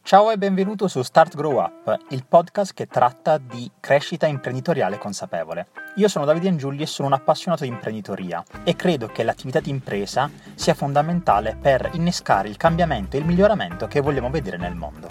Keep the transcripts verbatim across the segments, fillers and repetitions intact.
Ciao e benvenuto su Start Grow Up, il podcast che tratta di crescita imprenditoriale consapevole. Io sono Davide Angiulli e sono un appassionato di imprenditoria e credo che l'attività di impresa sia fondamentale per innescare il cambiamento e il miglioramento che vogliamo vedere nel mondo.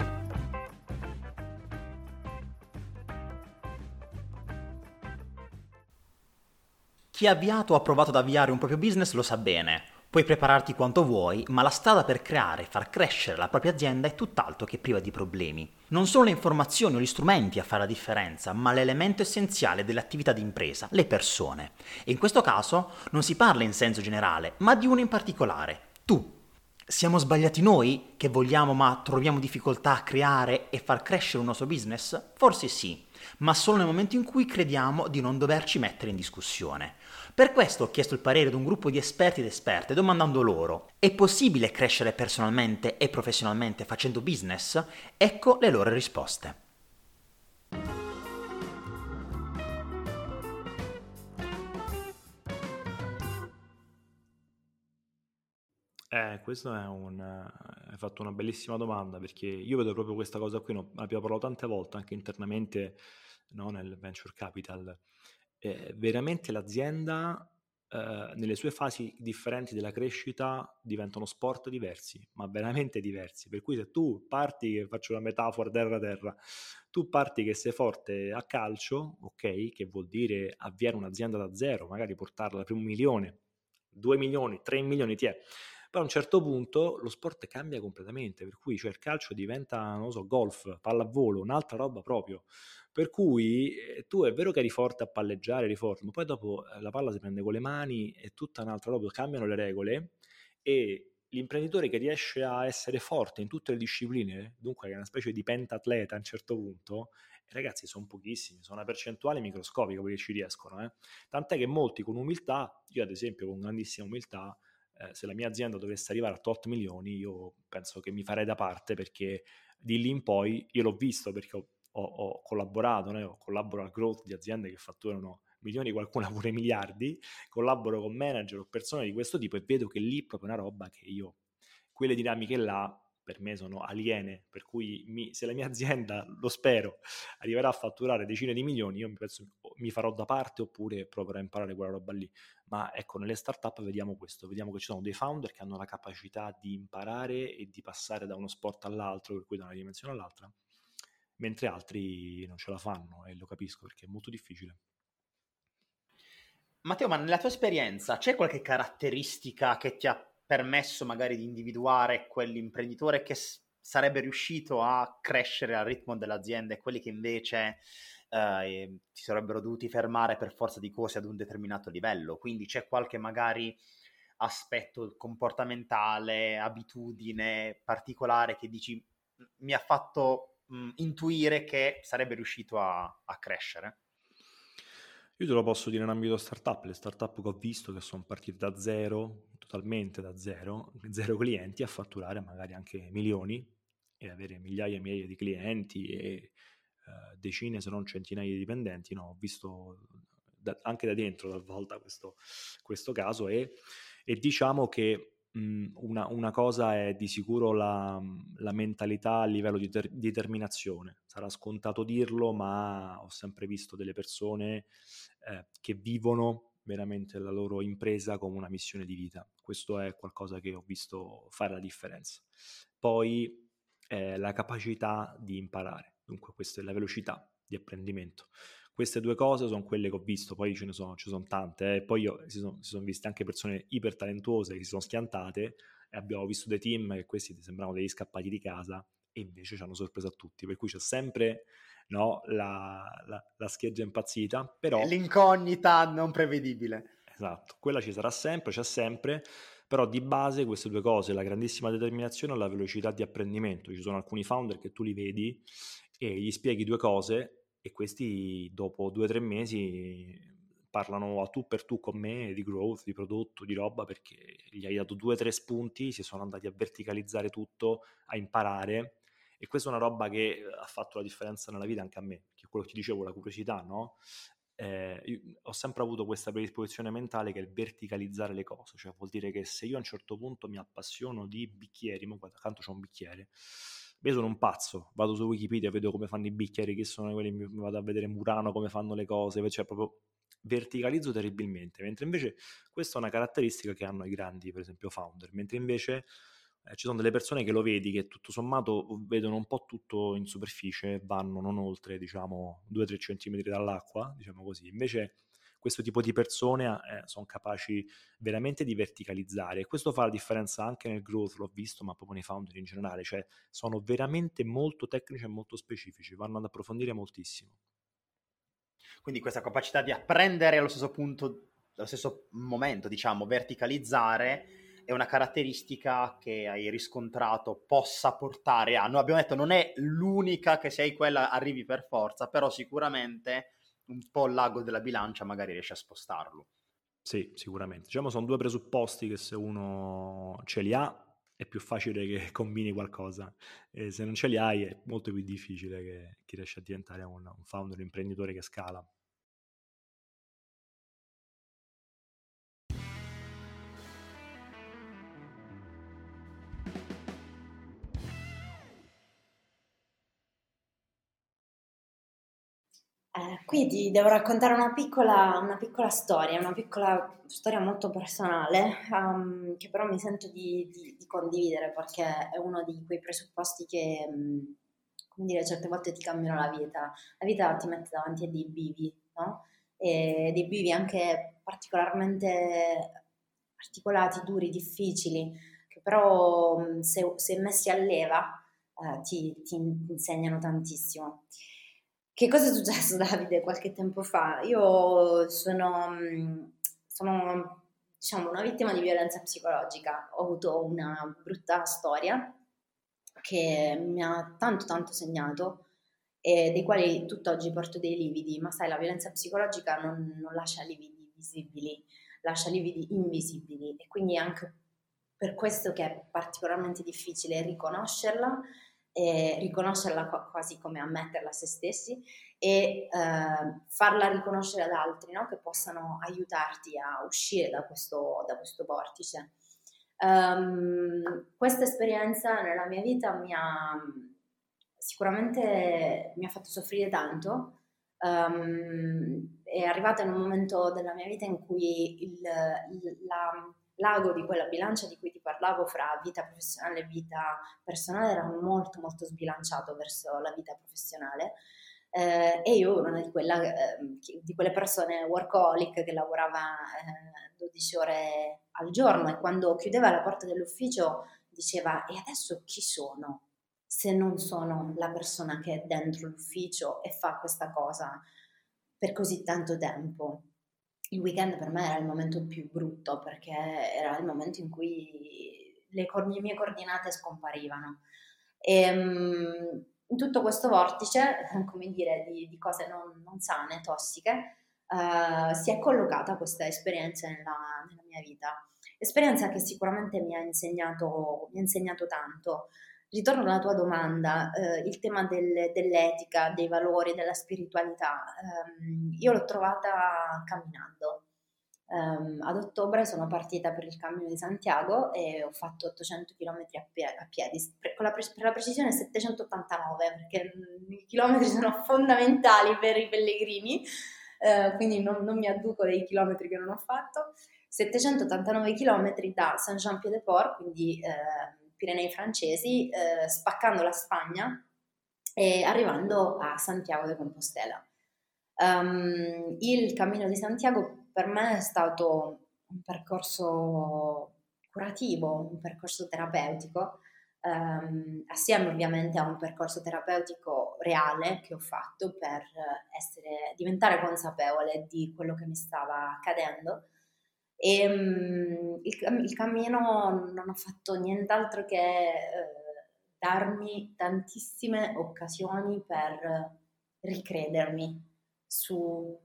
Chi ha avviato o ha provato ad avviare un proprio business lo sa bene. Puoi prepararti quanto vuoi, ma la strada per creare e far crescere la propria azienda è tutt'altro che priva di problemi. Non sono le informazioni o gli strumenti a fare la differenza, ma l'elemento essenziale dell'attività di impresa, le persone. E in questo caso non si parla in senso generale, ma di uno in particolare, tu. Siamo sbagliati noi che vogliamo ma troviamo difficoltà a creare e far crescere un nostro business? Forse sì, ma solo nel momento in cui crediamo di non doverci mettere in discussione. Per questo ho chiesto il parere ad un gruppo di esperti ed esperte domandando loro: è possibile crescere personalmente e professionalmente facendo business? Ecco le loro risposte. Eh, questo è un, hai fatto una bellissima domanda, perché io vedo proprio questa cosa qui, no, abbiamo parlato tante volte anche internamente, no, nel venture capital. Eh, veramente l'azienda, eh, nelle sue fasi differenti della crescita diventano sport diversi, ma veramente diversi. Per cui se tu parti, che faccio una metafora terra-terra, tu parti che sei forte a calcio, ok, che vuol dire avviare un'azienda da zero, magari portarla per un milione, due milioni, tre milioni, ti è. Poi a un certo punto lo sport cambia completamente, per cui cioè, il calcio diventa, non lo so, golf, pallavolo, un'altra roba proprio. Per cui eh, tu è vero che eri forte a palleggiare, eri forte, ma poi dopo eh, la palla si prende con le mani, è tutta un'altra roba, cambiano le regole e l'imprenditore che riesce a essere forte in tutte le discipline, dunque che è una specie di pentatleta a un certo punto, eh, ragazzi sono pochissimi, sono una percentuale microscopica quelli che ci riescono, eh. Tant'è che molti con umiltà, io ad esempio con grandissima umiltà, eh, se la mia azienda dovesse arrivare a tot milioni, io penso che mi farei da parte, perché di lì in poi io l'ho visto, perché ho, ho, ho collaborato, né? Ho collaboro al growth di aziende che fatturano milioni, qualcuna pure miliardi, collaboro con manager o persone di questo tipo e vedo che lì è proprio una roba che io, quelle dinamiche là per me sono aliene, per cui mi, se la mia azienda, lo spero, arriverà a fatturare decine di milioni, io mi, penso, mi farò da parte oppure proverò a imparare quella roba lì. Ma ecco, nelle startup vediamo questo, vediamo che ci sono dei founder che hanno la capacità di imparare e di passare da uno sport all'altro, per cui da una dimensione all'altra, mentre altri non ce la fanno, e lo capisco perché è molto difficile. Matteo, ma nella tua esperienza c'è qualche caratteristica che ti ha permesso magari di individuare quell'imprenditore che s- sarebbe riuscito a crescere al ritmo dell'azienda e quelli che invece eh, si sarebbero dovuti fermare per forza di cose ad un determinato livello? Quindi c'è qualche magari aspetto comportamentale, abitudine particolare che dici mi ha fatto mh, intuire che sarebbe riuscito a, a crescere? Io te lo posso dire in ambito startup, le startup che ho visto che sono partite da zero, totalmente da zero, zero clienti, a fatturare magari anche milioni e avere migliaia e migliaia di clienti e eh, decine se non centinaia di dipendenti. No, ho visto da, anche da dentro talvolta questo, questo caso e, e diciamo che mh, una, una cosa è di sicuro la, la mentalità a livello di ter- determinazione. Sarà scontato dirlo, ma ho sempre visto delle persone eh, che vivono veramente la loro impresa come una missione di vita. Questo è qualcosa che ho visto fare la differenza. Poi eh, la capacità di imparare, dunque questa è la velocità di apprendimento. Queste due cose sono quelle che ho visto, poi ce ne sono, ci sono tante, eh. Poi io, si, sono, si sono viste anche persone iper talentuose che si sono schiantate e abbiamo visto dei team che questi sembravano degli scappati di casa e invece ci hanno sorpreso a tutti, per cui c'è sempre, no, la, la, la scheggia impazzita, però L'incognita non prevedibile. esatto, quella ci sarà sempre, c'è sempre, però di base queste due cose, la grandissima determinazione e la velocità di apprendimento. Ci sono alcuni founder che tu li vedi e gli spieghi due cose e questi dopo due o tre mesi parlano a tu per tu con me di growth, di prodotto, di roba, perché gli hai dato due o tre spunti, si sono andati a verticalizzare tutto, a imparare, e questa è una roba che ha fatto la differenza nella vita anche a me, che è quello che ti dicevo, la curiosità, no? Eh, io ho sempre avuto questa predisposizione mentale che è il verticalizzare le cose, cioè vuol dire che se io a un certo punto mi appassiono di bicchieri, mo guarda, accanto c'ho un bicchiere, Io sono un pazzo, vado su Wikipedia, vedo come fanno i bicchieri, che sono quelli, mi vado a vedere Murano come fanno le cose, cioè proprio verticalizzo terribilmente, mentre invece questa è una caratteristica che hanno i grandi, per esempio, founder, mentre invece eh, ci sono delle persone che lo vedi che tutto sommato vedono un po' tutto in superficie, vanno non oltre, diciamo, due tre centimetri dall'acqua, diciamo così, invece questo tipo di persone eh, sono capaci veramente di verticalizzare, e questo fa la differenza anche nel growth, l'ho visto, ma proprio nei founder in generale, cioè sono veramente molto tecnici e molto specifici, vanno ad approfondire moltissimo. Quindi questa capacità di apprendere allo stesso punto, allo stesso momento, diciamo, verticalizzare, è una caratteristica che hai riscontrato possa portare a... Noi abbiamo detto non è l'unica che se hai quella arrivi per forza, però sicuramente un po' il l'ago della bilancia magari riesce a spostarlo. Sì, sicuramente. Diciamo sono due presupposti che se uno ce li ha è più facile che combini qualcosa, e se non ce li hai è molto più difficile che, che riesci a diventare un, un founder, un imprenditore che scala. Eh, qui ti devo raccontare una piccola, una piccola storia, una piccola storia molto personale, um, che però mi sento di, di- di condividere perché è uno di quei presupposti che, mm, come dire, certe volte ti cambiano la vita. La vita ti mette davanti a dei bivi, no? E dei bivi anche particolarmente articolati, duri, difficili, che però mm, se, se messi a leva eh, ti, ti insegnano tantissimo. Che cosa è successo, Davide, qualche tempo fa? Io sono, mh, sono, diciamo, una vittima di violenza psicologica. Ho avuto una brutta storia che mi ha tanto tanto segnato e dei quali tutt'oggi porto dei lividi, ma sai, la violenza psicologica non, non lascia lividi visibili, lascia lividi invisibili, e quindi è anche per questo che è particolarmente difficile riconoscerla, e riconoscerla qua- quasi come ammetterla a se stessi, e eh, farla riconoscere ad altri, no? Che possano aiutarti a uscire da questo, da questo vortice. Um, questa esperienza nella mia vita mi ha sicuramente mi ha fatto soffrire tanto. Um, è arrivata in un momento della mia vita in cui il, il- la- l'ago di quella bilancia di cui ti parlavo fra vita professionale e vita personale era molto molto sbilanciato verso la vita professionale. Eh, e io ero una di, quella, eh, di quelle persone workaholic che lavorava eh, dodici ore al giorno, e quando chiudeva la porta dell'ufficio diceva: e adesso chi sono se non sono la persona che è dentro l'ufficio e fa questa cosa per così tanto tempo? Il weekend per me era il momento più brutto, perché era il momento in cui le, le mie coordinate scomparivano. E, um, in tutto questo vortice, come dire, di, di cose non, non sane, tossiche, uh, si è collocata questa esperienza nella, nella mia vita. Esperienza che sicuramente mi ha insegnato, mi ha insegnato tanto. Ritorno alla tua domanda, eh, il tema del- dell'etica, dei valori, della spiritualità. Ehm, io l'ho trovata camminando. Ehm, ad ottobre sono partita per il Cammino di Santiago e ho fatto ottocento chilometri a, pie- a piedi, per, con la pre- per la precisione settecentottantanove, perché mm, i chilometri sono fondamentali per i pellegrini, eh, quindi non, non mi adduco dei chilometri che non ho fatto. settecentottantanove chilometri da Saint-Jean-Pied-de-Port, quindi eh, Pirenei francesi, eh, spaccando la Spagna e arrivando a Santiago de Compostela. Um, il Cammino di Santiago per me è stato un percorso curativo, un percorso terapeutico, um, assieme ovviamente a un percorso terapeutico reale che ho fatto per essere, diventare consapevole di quello che mi stava accadendo. E um, il, il cammino non ha fatto nient'altro che eh, darmi tantissime occasioni per ricredermi sul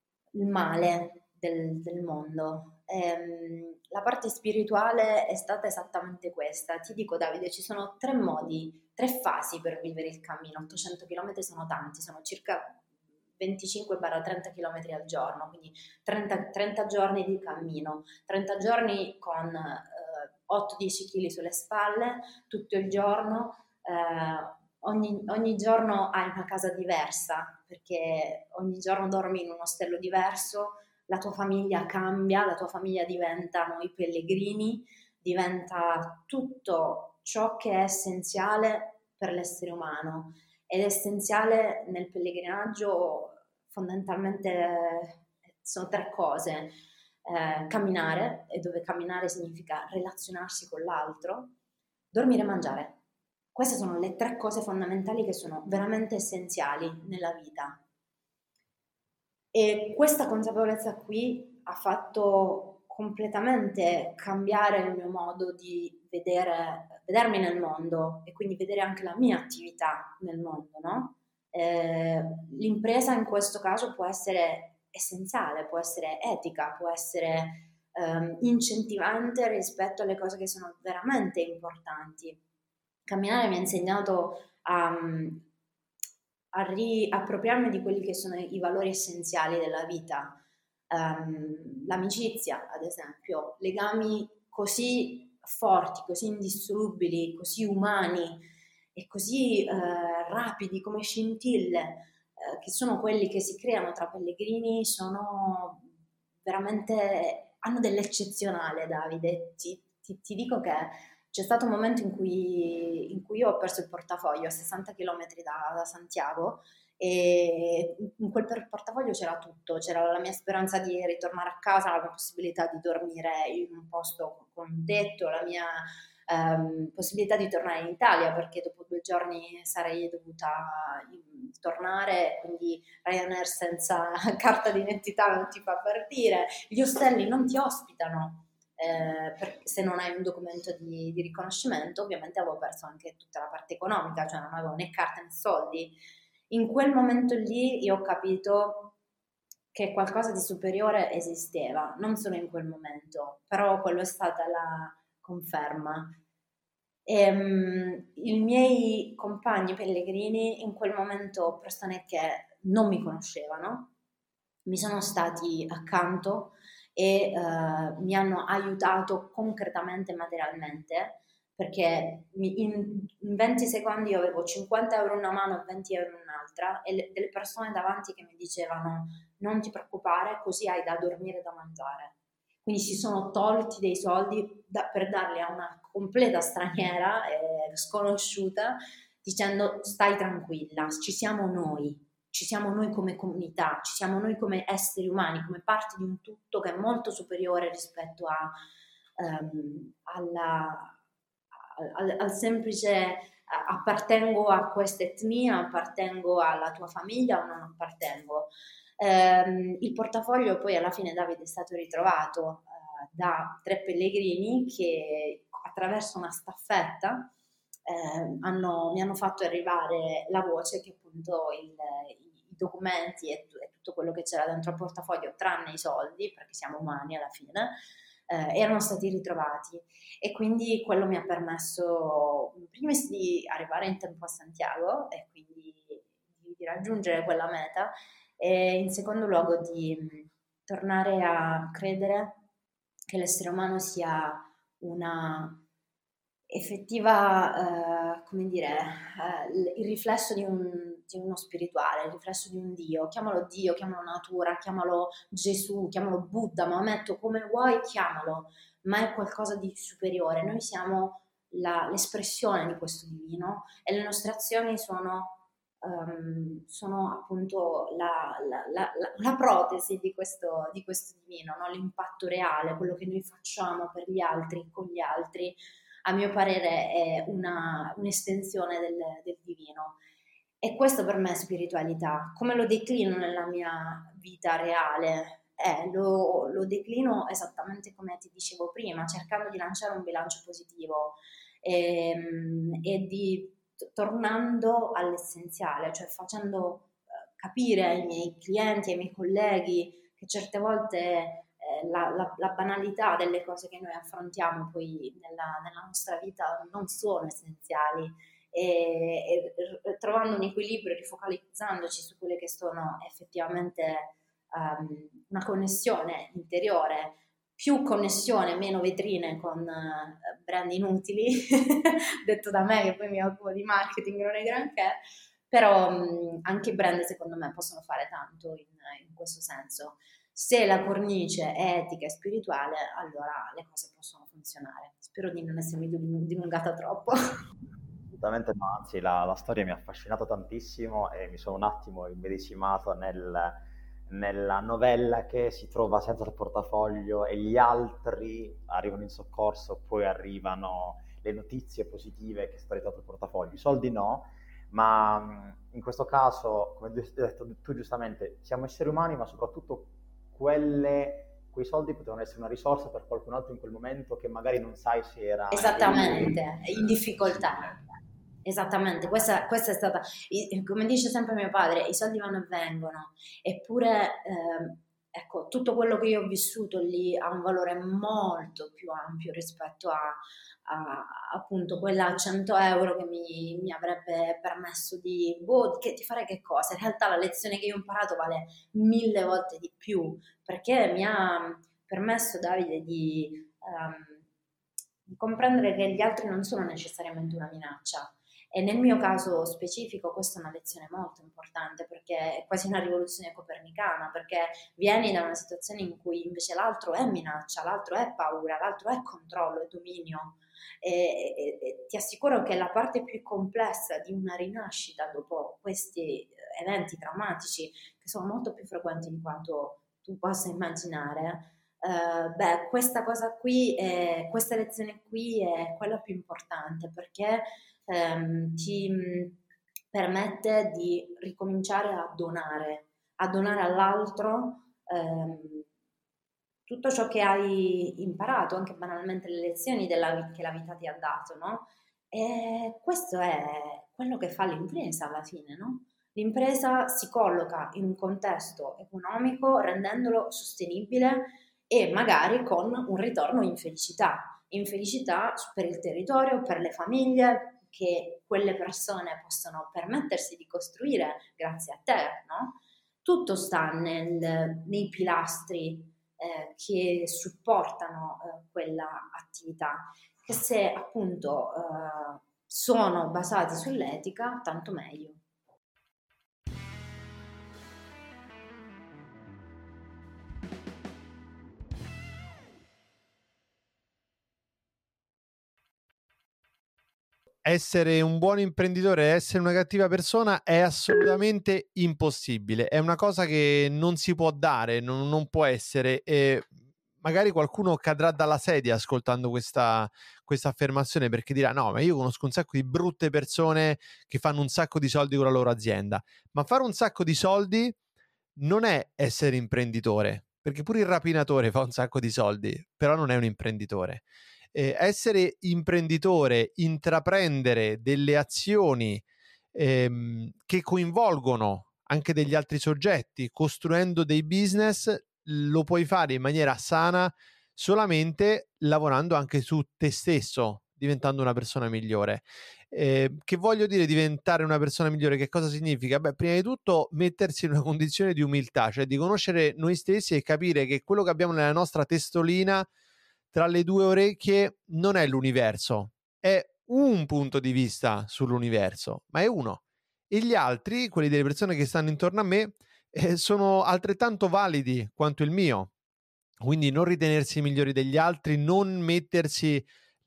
male del, del mondo. Ehm, la parte spirituale è stata esattamente questa. Ti dico, Davide, ci sono tre modi, tre fasi per vivere il cammino. ottocento chilometri sono tanti, sono circa venticinque trenta chilometri al giorno, quindi trenta, trenta giorni di cammino, trenta giorni con eh, otto dieci chili sulle spalle tutto il giorno, eh, ogni, ogni giorno hai una casa diversa, perché ogni giorno dormi in un ostello diverso, la tua famiglia cambia, la tua famiglia diventano i pellegrini, diventa tutto ciò che è essenziale per l'essere umano. Ed è essenziale nel pellegrinaggio fondamentalmente eh, sono tre cose. Eh, camminare, e dove camminare significa relazionarsi con l'altro, dormire e mangiare. Queste sono le tre cose fondamentali che sono veramente essenziali nella vita. E questa consapevolezza qui ha fatto completamente cambiare il mio modo di vedere, vedermi nel mondo e quindi vedere anche la mia attività nel mondo, no? Eh, l'impresa in questo caso può essere essenziale, può essere etica, può essere ehm, incentivante rispetto alle cose che sono veramente importanti. Camminare mi ha insegnato a, a riappropriarmi di quelli che sono i valori essenziali della vita, um, l'amicizia ad esempio, legami così forti, così indissolubili, così umani e così eh, rapidi come scintille, eh, che sono quelli che si creano tra pellegrini, sono veramente, hanno dell'eccezionale, Davide. Ti, ti, ti dico che c'è stato un momento in cui, in cui io ho perso il portafoglio a sessanta chilometri da, da Santiago, e in quel portafoglio c'era tutto, c'era la mia speranza di ritornare a casa, la mia possibilità di dormire in un posto con un tetto, la mia ehm, possibilità di tornare in Italia, perché dopo due giorni sarei dovuta tornare, quindi Ryanair senza carta d'identità non ti fa partire, gli ostelli non ti ospitano. Eh, per, se non hai un documento di, di riconoscimento. Ovviamente avevo perso anche tutta la parte economica, cioè non avevo né carte né soldi. In quel momento lì io ho capito che qualcosa di superiore esisteva, non solo in quel momento, però quello è stata la conferma. E, um, i miei compagni pellegrini in quel momento, persone che non mi conoscevano, mi sono stati accanto e uh, mi hanno aiutato concretamente, materialmente, perché in, in venti secondi io avevo cinquanta euro in una mano e venti euro in un'altra, e le, delle persone davanti che mi dicevano non ti preoccupare, così hai da dormire e da mangiare. Quindi si sono tolti dei soldi da, per darli a una completa straniera eh, sconosciuta, dicendo stai tranquilla, ci siamo noi, ci siamo noi come comunità, ci siamo noi come esseri umani, come parte di un tutto che è molto superiore rispetto a, um, alla, al, al semplice appartengo a questa etnia, appartengo alla tua famiglia o non appartengo. Um, il portafoglio poi alla fine, Davide, è stato ritrovato uh, da tre pellegrini che attraverso una staffetta eh, hanno, mi hanno fatto arrivare la voce che appunto il, i documenti e, e tutto quello che c'era dentro il portafoglio, tranne i soldi, perché siamo umani alla fine, eh, erano stati ritrovati. E quindi quello mi ha permesso in primis di arrivare in tempo a Santiago e quindi di, di raggiungere quella meta, e in secondo luogo di mh, tornare a credere che l'essere umano sia una effettiva, eh, come dire, eh, il riflesso di, un, di uno spirituale, il riflesso di un Dio, chiamalo Dio, chiamalo natura, chiamalo Gesù, chiamalo Buddha, Maometto, come vuoi chiamalo, ma è qualcosa di superiore. Noi siamo la, l'espressione di questo divino e le nostre azioni sono Um, sono appunto la, la, la, la protesi di questo, di questo divino, no? L'impatto reale, quello che noi facciamo per gli altri, con gli altri, a mio parere è una, un'estensione del, del divino. E questo per me è spiritualità. Come lo declino nella mia vita reale? Eh, lo, lo declino esattamente come ti dicevo prima, cercando di lanciare un bilancio positivo e, e di tornando all'essenziale, cioè facendo eh, capire ai miei clienti, ai miei colleghi che certe volte eh, la, la, la banalità delle cose che noi affrontiamo poi nella, nella nostra vita non sono essenziali, e, e, e trovando un equilibrio, rifocalizzandoci su quelle che sono effettivamente um, una connessione interiore più connessione, meno vetrine con brand inutili, detto da me che poi mi occupo di marketing, non è granché, però mh, anche i brand secondo me possono fare tanto in, in questo senso. Se la cornice è etica e spirituale, allora le cose possono funzionare. Spero di non essermi dilungata troppo. Assolutamente no, anzi la, la storia mi ha affascinato tantissimo e mi sono un attimo immedesimato nel, nella novella che si trova senza il portafoglio e gli altri arrivano in soccorso, poi arrivano le notizie positive che sta ritornato il portafoglio. I soldi no, ma in questo caso, come hai detto tu giustamente, siamo esseri umani, ma soprattutto quelle, quei soldi potevano essere una risorsa per qualcun altro in quel momento che magari non sai se era... Esattamente, in difficoltà. Esattamente, questa, questa è stata, come dice sempre mio padre, i soldi vanno e vengono, eppure eh, ecco, tutto quello che io ho vissuto lì ha un valore molto più ampio rispetto a, a appunto quella cento euro che mi, mi avrebbe permesso di, boh, che, di fare che cosa. In realtà la lezione che io ho imparato vale mille volte di più, perché mi ha permesso, Davide, di, um, di comprendere che gli altri non sono necessariamente una minaccia. E nel mio caso specifico questa è una lezione molto importante, perché è quasi una rivoluzione copernicana, perché vieni da una situazione in cui invece l'altro è minaccia, l'altro è paura, l'altro è controllo e dominio, e, e, e ti assicuro che la parte più complessa di una rinascita dopo questi eventi traumatici, che sono molto più frequenti di quanto tu possa immaginare, Uh, beh, questa cosa qui, è, questa lezione qui è quella più importante, perché um, ti mh, permette di ricominciare a donare, a donare all'altro um, tutto ciò che hai imparato, anche banalmente le lezioni della, che la vita ti ha dato, no? E questo è quello che fa l'impresa alla fine, no? L'impresa si colloca in un contesto economico rendendolo sostenibile e magari con un ritorno in felicità, in felicità per il territorio, per le famiglie, che quelle persone possono permettersi di costruire grazie a te, no? Tutto sta nel, nei pilastri eh, che supportano eh, quella attività, che se appunto eh, sono basati sull'etica, tanto meglio. Essere un buon imprenditore e essere una cattiva persona è assolutamente impossibile, è una cosa che non si può dare, non, non può essere, e magari qualcuno cadrà dalla sedia ascoltando questa, questa affermazione, perché dirà no, ma io conosco un sacco di brutte persone che fanno un sacco di soldi con la loro azienda, ma fare un sacco di soldi non è essere imprenditore, perché pure il rapinatore fa un sacco di soldi, però non è un imprenditore. Eh, essere imprenditore, intraprendere delle azioni ehm, che coinvolgono anche degli altri soggetti, costruendo dei business, lo puoi fare in maniera sana solamente lavorando anche su te stesso, diventando una persona migliore. Eh, che voglio dire diventare una persona migliore? Che cosa significa? Beh, prima di tutto mettersi in una condizione di umiltà, cioè di conoscere noi stessi e capire che quello che abbiamo nella nostra testolina tra le due orecchie non è l'universo, è un punto di vista sull'universo, ma è uno. E gli altri, quelli delle persone che stanno intorno a me, eh, sono altrettanto validi quanto il mio. Quindi non ritenersi migliori degli altri, non mettersi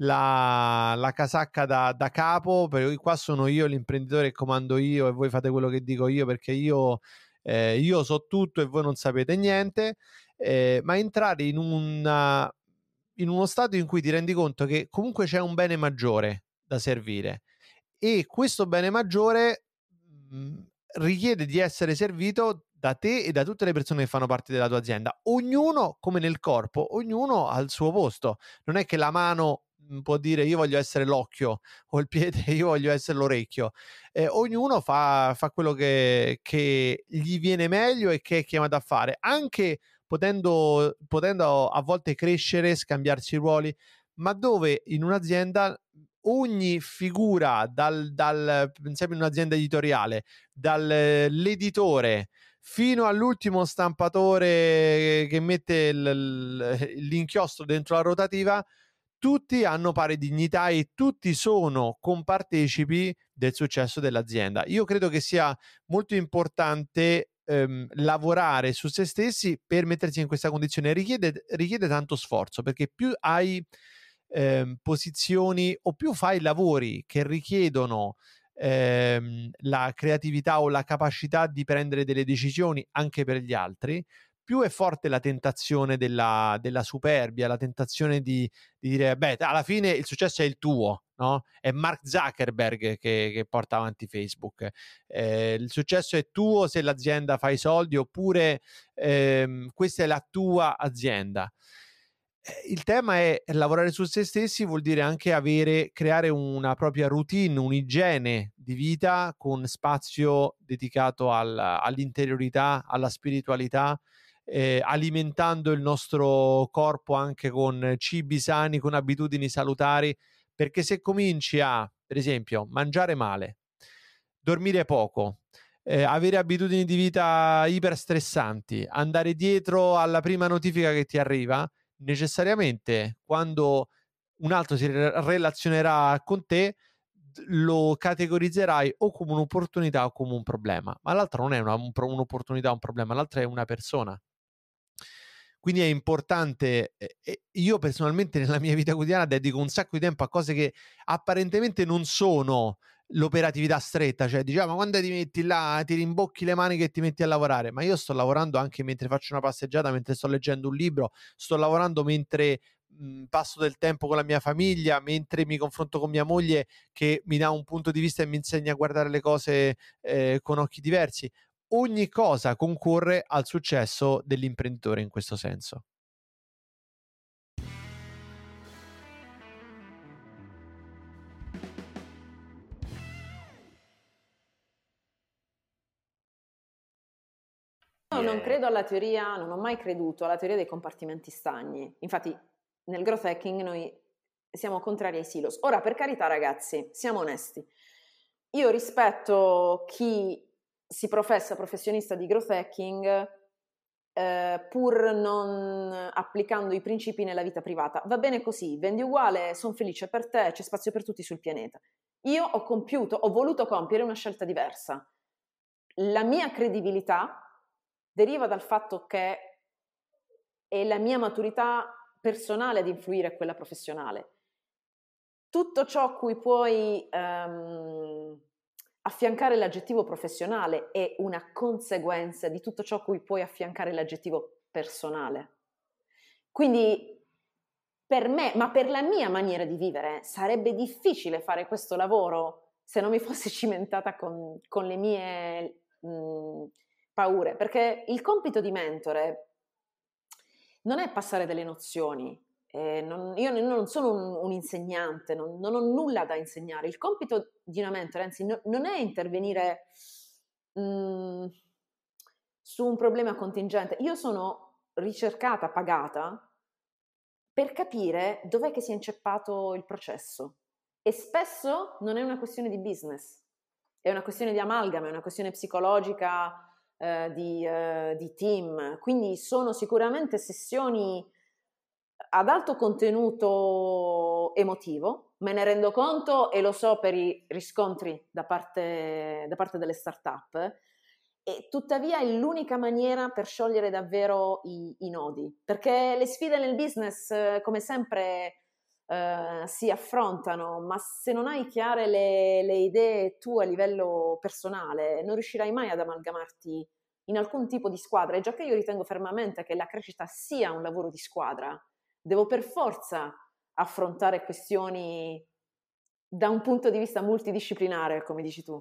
la, la casacca da, da capo, perché qua sono io l'imprenditore che comando io e voi fate quello che dico io perché io, eh, io so tutto e voi non sapete niente, eh, ma entrare in una in uno stato in cui ti rendi conto che comunque c'è un bene maggiore da servire e questo bene maggiore mh, richiede di essere servito da te e da tutte le persone che fanno parte della tua azienda. Ognuno, come nel corpo, ognuno ha il suo posto. Non è che la mano mh, può dire io voglio essere l'occhio o il piede io voglio essere l'orecchio. Eh, ognuno fa, fa quello che, che gli viene meglio e che è chiamato a fare, anche Potendo, potendo a volte crescere, scambiarsi i ruoli, ma dove in un'azienda ogni figura, dal, dal pensiamo in un'azienda editoriale, dall'editore fino all'ultimo stampatore che mette l- l'inchiostro dentro la rotativa, tutti hanno pari dignità e tutti sono compartecipi del successo dell'azienda. Io credo che sia molto importante ehm, lavorare su se stessi per mettersi in questa condizione. Richiede, richiede tanto sforzo, perché più hai ehm, posizioni o più fai lavori che richiedono ehm, la creatività o la capacità di prendere delle decisioni anche per gli altri, più è forte la tentazione della, della superbia, la tentazione di, di dire, beh, alla fine il successo è il tuo, no? È Mark Zuckerberg che, che porta avanti Facebook. Eh, il successo è tuo se l'azienda fa i soldi, oppure ehm, questa è la tua azienda. Il tema è lavorare su se stessi, vuol dire anche avere, creare una propria routine, un'igiene di vita con spazio dedicato al, all'interiorità, alla spiritualità, eh, alimentando il nostro corpo anche con cibi sani, con abitudini salutari, perché se cominci a, per esempio, mangiare male, dormire poco, eh, avere abitudini di vita iperstressanti, andare dietro alla prima notifica che ti arriva, necessariamente quando un altro si re- relazionerà con te lo categorizzerai o come un'opportunità o come un problema, ma l'altro non è una, un, un'opportunità o un problema, l'altra è una persona. Quindi è importante, eh, io personalmente nella mia vita quotidiana dedico un sacco di tempo a cose che apparentemente non sono l'operatività stretta, cioè diciamo, ma quando ti metti là, ti rimbocchi le mani che ti metti a lavorare, ma io sto lavorando anche mentre faccio una passeggiata, mentre sto leggendo un libro, sto lavorando mentre mh, passo del tempo con la mia famiglia, mentre mi confronto con mia moglie che mi dà un punto di vista e mi insegna a guardare le cose eh, con occhi diversi. Ogni cosa concorre al successo dell'imprenditore in questo senso. Io non credo alla teoria, non ho mai creduto alla teoria dei compartimenti stagni. Infatti nel growth hacking noi siamo contrari ai silos. Ora, per carità ragazzi, siamo onesti. Io rispetto chi si professa professionista di growth hacking eh, pur non applicando i principi nella vita privata. Va bene così, vendi uguale, sono felice per te, c'è spazio per tutti sul pianeta. Io ho compiuto, ho voluto compiere una scelta diversa. La mia credibilità deriva dal fatto che è la mia maturità personale ad influire a quella professionale. Tutto ciò a cui puoi um, affiancare l'aggettivo professionale è una conseguenza di tutto ciò a cui puoi affiancare l'aggettivo personale. Quindi per me, ma per la mia maniera di vivere, sarebbe difficile fare questo lavoro se non mi fossi cimentata con, con le mie mh, paure, perché il compito di mentore non è passare delle nozioni. Eh, non, io non sono un, un insegnante, non, non ho nulla da insegnare. Il compito di una mentore, anzi, no, non è intervenire mh, su un problema contingente. Io sono ricercata, pagata, per capire dov'è che si è inceppato il processo. E spesso non è una questione di business, è una questione di amalgama, è una questione psicologica, eh, di, eh, di team. Quindi sono sicuramente sessioni ad alto contenuto emotivo, me ne rendo conto e lo so per i riscontri da parte, da parte delle start-up, e tuttavia è l'unica maniera per sciogliere davvero i, i nodi, perché le sfide nel business, come sempre, eh, si affrontano, ma se non hai chiare le, le idee tu a livello personale, non riuscirai mai ad amalgamarti in alcun tipo di squadra. E già che io ritengo fermamente che la crescita sia un lavoro di squadra, devo per forza affrontare questioni da un punto di vista multidisciplinare, come dici tu.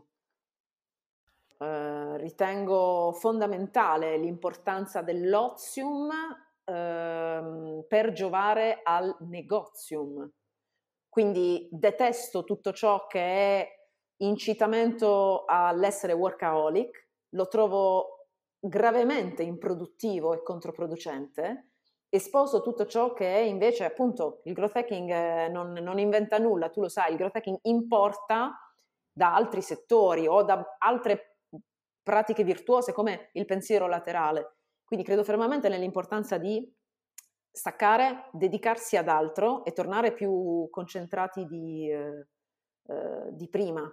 Uh, ritengo fondamentale l'importanza dell'ozium uh, per giovare al negozium. Quindi detesto tutto ciò che è incitamento all'essere workaholic, lo trovo gravemente improduttivo e controproducente. E sposo tutto ciò che è invece, appunto, il growth hacking eh, non, non inventa nulla, tu lo sai, il growth hacking importa da altri settori o da altre pratiche virtuose come il pensiero laterale. Quindi credo fermamente nell'importanza di staccare, dedicarsi ad altro e tornare più concentrati di, eh, eh, di prima.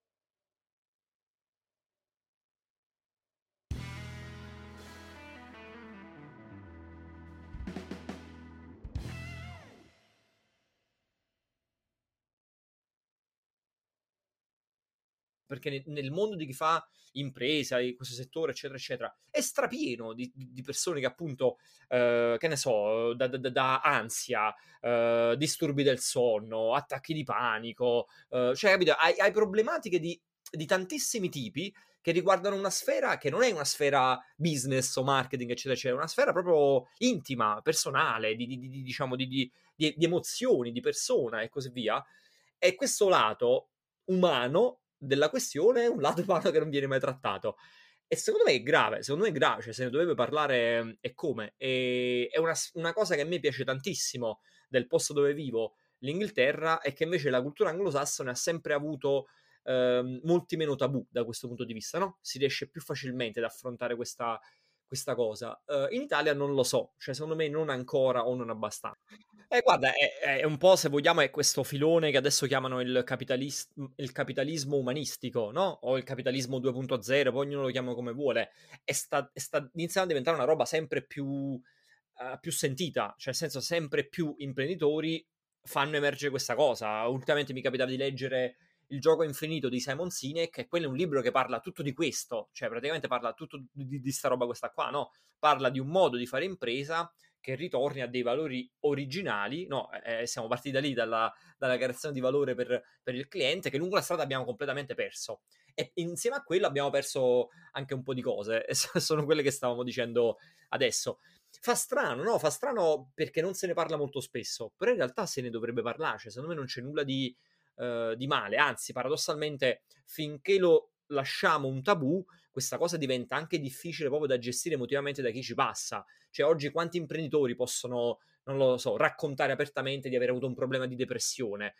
Perché nel mondo di chi fa impresa, in questo settore, eccetera, eccetera, è strapieno di, di persone che appunto, eh, che ne so, da, da, da ansia, eh, disturbi del sonno, attacchi di panico, eh, cioè, capito, hai, hai problematiche di, di tantissimi tipi che riguardano una sfera che non è una sfera business o marketing, eccetera, eccetera, è una sfera proprio intima, personale, di, di, di diciamo, di, di, di, di emozioni, di persona e così via. E questo lato umano della questione è un lato umano che non viene mai trattato. E secondo me è grave, secondo me è grave, cioè se ne dovrebbe parlare e come. E, è una, una cosa che a me piace tantissimo del posto dove vivo, l'Inghilterra, è che invece la cultura anglosassone ha sempre avuto ehm, molti meno tabù da questo punto di vista, no? Si riesce più facilmente ad affrontare questa, questa cosa. Uh, in Italia non lo so, cioè secondo me non ancora o non abbastanza. Eh, guarda, è, è un po', se vogliamo, è questo filone che adesso chiamano il, capitalis- il capitalismo umanistico, no? O il capitalismo due punto zero, poi ognuno lo chiama come vuole. E sta, e sta iniziando a diventare una roba sempre più, uh, più sentita, cioè nel senso sempre più imprenditori fanno emergere questa cosa. Ultimamente mi capitava di leggere Il gioco infinito di Simon Sinek, e quello è un libro che parla tutto di questo, cioè praticamente parla tutto di, di sta roba questa qua, no? Parla di un modo di fare impresa che ritorni a dei valori originali, no? Eh, siamo partiti da lì, dalla, dalla creazione di valore per, per il cliente, che lungo la strada abbiamo completamente perso. E insieme a quello abbiamo perso anche un po' di cose, e sono quelle che stavamo dicendo adesso. Fa strano, no? Fa strano perché non se ne parla molto spesso, però in realtà se ne dovrebbe parlare, cioè secondo me non c'è nulla di, uh, di male, anzi paradossalmente finché lo lasciamo un tabù, questa cosa diventa anche difficile proprio da gestire emotivamente da chi ci passa. Cioè oggi quanti imprenditori possono, non lo so, raccontare apertamente di aver avuto un problema di depressione?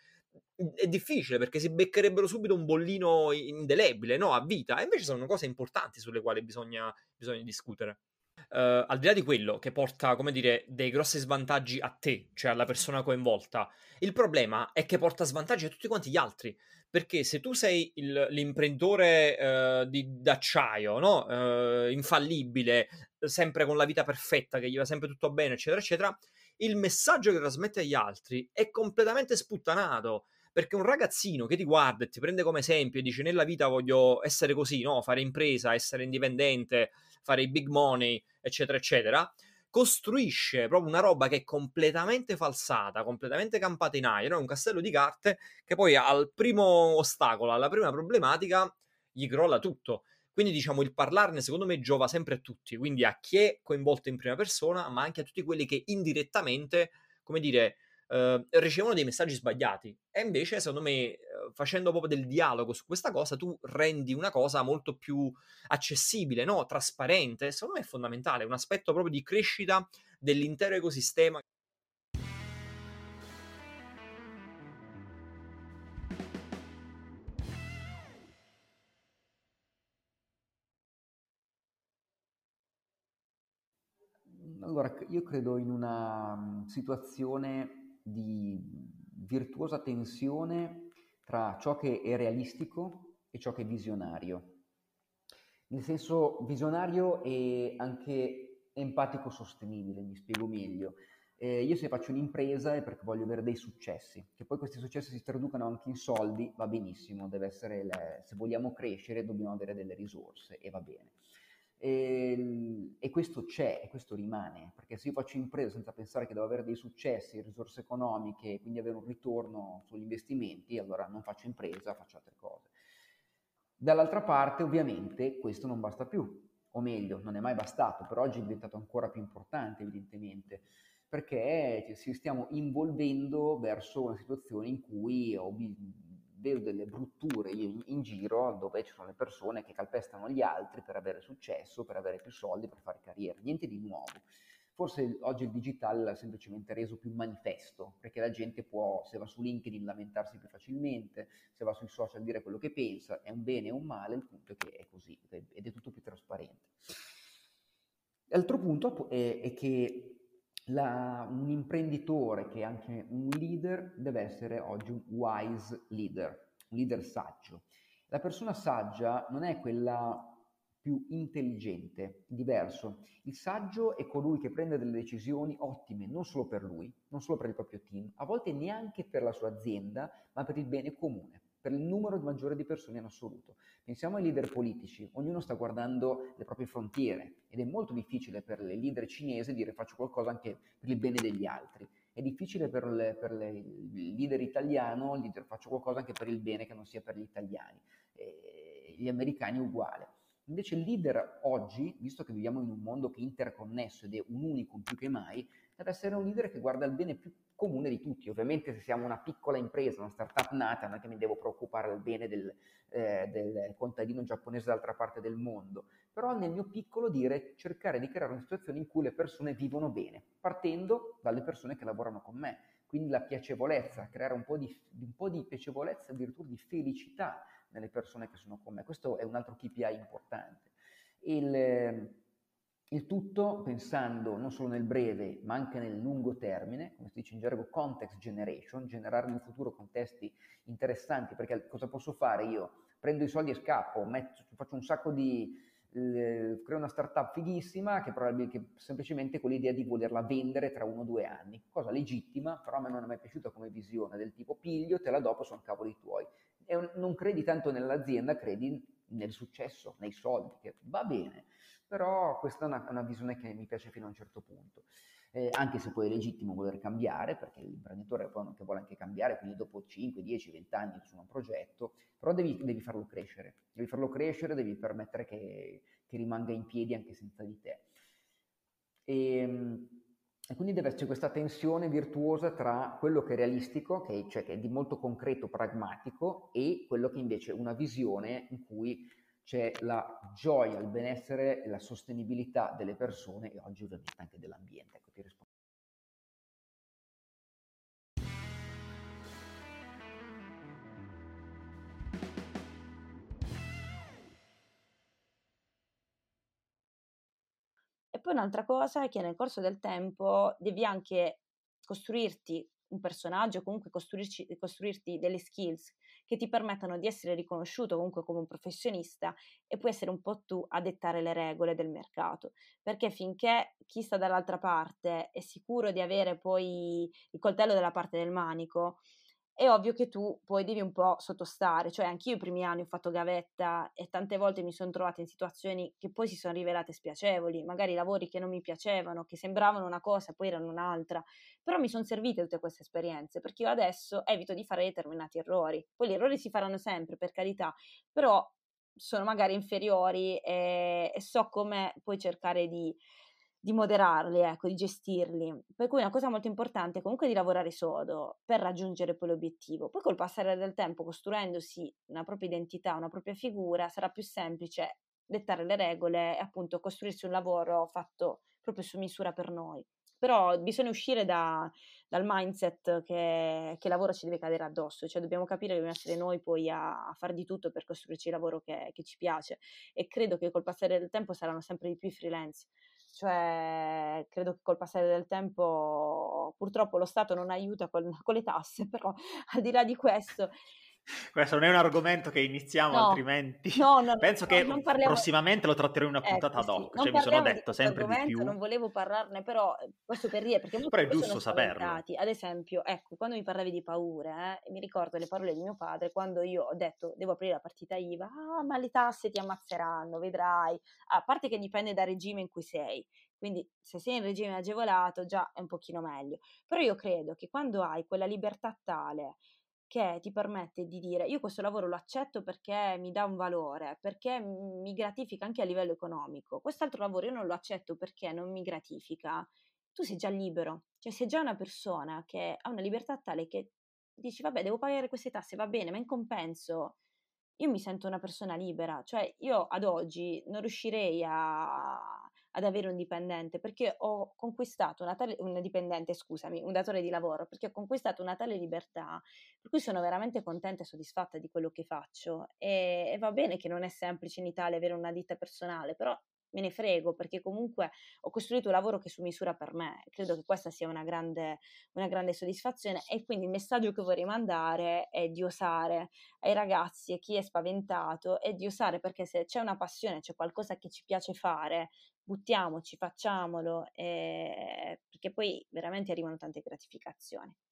È difficile perché si beccherebbero subito un bollino indelebile, no? A vita. E invece sono cose importanti sulle quali bisogna, bisogna discutere. Uh, al di là di quello che porta, come dire, dei grossi svantaggi a te, cioè alla persona coinvolta, il problema è che porta svantaggi a tutti quanti gli altri, perché se tu sei il, l'imprenditore uh, di, d'acciaio, no? Uh, infallibile, sempre con la vita perfetta, che gli va sempre tutto bene, eccetera, eccetera, il messaggio che trasmette agli altri è completamente sputtanato. Perché un ragazzino che ti guarda e ti prende come esempio e dice nella vita voglio essere così, no? Fare impresa, essere indipendente, fare i big money, eccetera, eccetera, costruisce proprio una roba che è completamente falsata, completamente campata in aria, no? Un castello di carte che poi al primo ostacolo, alla prima problematica, gli crolla tutto. Quindi diciamo il parlarne secondo me giova sempre a tutti, quindi a chi è coinvolto in prima persona, ma anche a tutti quelli che indirettamente, come dire, Uh, ricevono dei messaggi sbagliati. E invece secondo me uh, facendo proprio del dialogo su questa cosa tu rendi una cosa molto più accessibile, no? Trasparente. Secondo me è fondamentale, è un aspetto proprio di crescita dell'intero ecosistema. Allora, io credo in una situazione di virtuosa tensione tra ciò che è realistico e ciò che è visionario. Nel senso visionario e anche empatico sostenibile, mi spiego meglio. Eh, io se faccio un'impresa è perché voglio avere dei successi, che poi questi successi si traducano anche in soldi, va benissimo, deve essere le, se vogliamo crescere dobbiamo avere delle risorse e va bene. E, e questo c'è, e questo rimane, perché se io faccio impresa senza pensare che devo avere dei successi, risorse economiche, quindi avere un ritorno sugli investimenti, allora non faccio impresa, faccio altre cose. Dall'altra parte, ovviamente, questo non basta più, o meglio, non è mai bastato, però oggi è diventato ancora più importante, evidentemente, perché ci stiamo involvendo verso una situazione in cui ho bisogno vedo delle brutture in, in giro dove ci sono le persone che calpestano gli altri per avere successo, per avere più soldi, per fare carriera, niente di nuovo. Forse oggi il digital l'ha semplicemente reso più manifesto, perché la gente può, se va su LinkedIn, lamentarsi più facilmente, se va sui social dire quello che pensa, è un bene o un male, il punto è che è così, ed è tutto L'altro punto è, è che la, un imprenditore che è anche un leader deve essere oggi un wise leader, un leader saggio. La persona saggia non è quella più intelligente, diverso. Il saggio è colui che prende delle decisioni ottime, non solo per lui, non solo per il proprio team, a volte neanche per la sua azienda, ma per il bene comune, per il numero maggiore di persone in assoluto. Pensiamo ai leader politici, ognuno sta guardando le proprie frontiere ed è molto difficile per le leader cinesi dire faccio qualcosa anche per il bene degli altri. È difficile per, le, per le, il leader italiano dire faccio qualcosa anche per il bene che non sia per gli italiani. E gli americani è uguale. Invece il leader oggi, visto che viviamo in un mondo che è interconnesso ed è un unicum più che mai, deve essere un leader che guarda il bene più comune di tutti. Ovviamente se siamo una piccola impresa, una startup nata, non è che mi devo preoccupare del bene del, eh, del contadino giapponese dall'altra parte del mondo, però nel mio piccolo dire cercare di creare una situazione in cui le persone vivono bene, partendo dalle persone che lavorano con me. Quindi la piacevolezza, creare un po' di, un po' di piacevolezza, addirittura di felicità nelle persone che sono con me. Questo è un altro K P I importante. Il, il tutto pensando non solo nel breve, ma anche nel lungo termine, come si dice in gergo context generation, generare nel futuro contesti interessanti, perché cosa posso fare io? Prendo i soldi e scappo, metto, faccio un sacco di... Eh, creo una startup fighissima che, probabilmente, che semplicemente con l'idea di volerla vendere tra uno o due anni, cosa legittima, però a me non è mai piaciuta come visione, del tipo piglio, te la do, sono cavoli tuoi. E non credi tanto nell'azienda, credi nel successo, nei soldi, che va bene, però questa è una, una visione che mi piace fino a un certo punto. Eh, anche se poi è legittimo voler cambiare, perché l'imprenditore poi che vuole anche cambiare, quindi dopo cinque, dieci, venti anni su un progetto, però devi, devi farlo crescere, devi farlo crescere, devi permettere che, che rimanga in piedi anche senza di te. E, e quindi deve esserci questa tensione virtuosa tra quello che è realistico, che, cioè che è di molto concreto, pragmatico, e quello che invece è una visione in cui c'è la gioia, il benessere e la sostenibilità delle persone e oggi ovviamente anche dell'ambiente. Ecco, ti rispondo. E poi un'altra cosa è che nel corso del tempo devi anche costruirti un personaggio, comunque costruirci, costruirti delle skills che ti permettano di essere riconosciuto comunque come un professionista e puoi essere un po' tu a dettare le regole del mercato, perché finché chi sta dall'altra parte è sicuro di avere poi il coltello dalla parte del manico, è ovvio che tu poi devi un po' sottostare, cioè anch'io i primi anni ho fatto gavetta e tante volte mi sono trovata in situazioni che poi si sono rivelate spiacevoli, magari lavori che non mi piacevano, che sembravano una cosa e poi erano un'altra, però mi sono servite tutte queste esperienze, perché io adesso evito di fare determinati errori, poi gli errori si faranno sempre, per carità, però sono magari inferiori e, e so come poi cercare di di moderarli, ecco, di gestirli. Per cui una cosa molto importante è comunque di lavorare sodo per raggiungere poi l'obiettivo. Poi col passare del tempo, costruendosi una propria identità, una propria figura, sarà più semplice dettare le regole e appunto costruirsi un lavoro fatto proprio su misura per noi. Però bisogna uscire da, dal mindset che, che il lavoro ci deve cadere addosso, cioè dobbiamo capire che dobbiamo essere noi poi a, a far di tutto per costruirci il lavoro che, che ci piace e credo che col passare del tempo saranno sempre di più i freelance. Cioè, credo che col passare del tempo purtroppo lo Stato non aiuta con, con le tasse, però al di là di questo... Questo non è un argomento che iniziamo, no, altrimenti no, no, penso no, che non parliamo... prossimamente lo tratterò in una puntata ecco, ad sì. hoc, Non cioè mi sono parliamo di detto questo sempre di argomento, più. non volevo parlarne, però eh, questo per dire, perché molti Però è poi giusto sono saperlo. spaventati. Ad esempio, ecco, quando mi parlavi di paure, eh, mi ricordo le parole di mio padre quando io ho detto devo aprire la partita I V A, ah, ma le tasse ti ammazzeranno, vedrai. A parte che dipende dal regime in cui sei, quindi se sei in regime agevolato già è un pochino meglio. Però io credo che quando hai quella libertà tale che ti permette di dire io questo lavoro lo accetto perché mi dà un valore, perché mi gratifica anche a livello economico, quest'altro lavoro io non lo accetto perché non mi gratifica, tu sei già libero, cioè sei già una persona che ha una libertà tale che dici vabbè devo pagare queste tasse, va bene, ma in compenso io mi sento una persona libera, cioè io ad oggi non riuscirei a, ad avere un dipendente perché ho conquistato una tale, un dipendente, scusami, un datore di lavoro, perché ho conquistato una tale libertà per cui sono veramente contenta e soddisfatta di quello che faccio e, e va bene che non è semplice in Italia avere una ditta personale, però me ne frego, perché comunque ho costruito un lavoro che è su misura per me. Credo che questa sia una grande, una grande soddisfazione, e quindi il messaggio che vorrei mandare è di osare ai ragazzi e chi è spaventato, è di osare, perché se c'è una passione, c'è qualcosa che ci piace fare, buttiamoci, facciamolo, eh, perché poi veramente arrivano tante gratificazioni.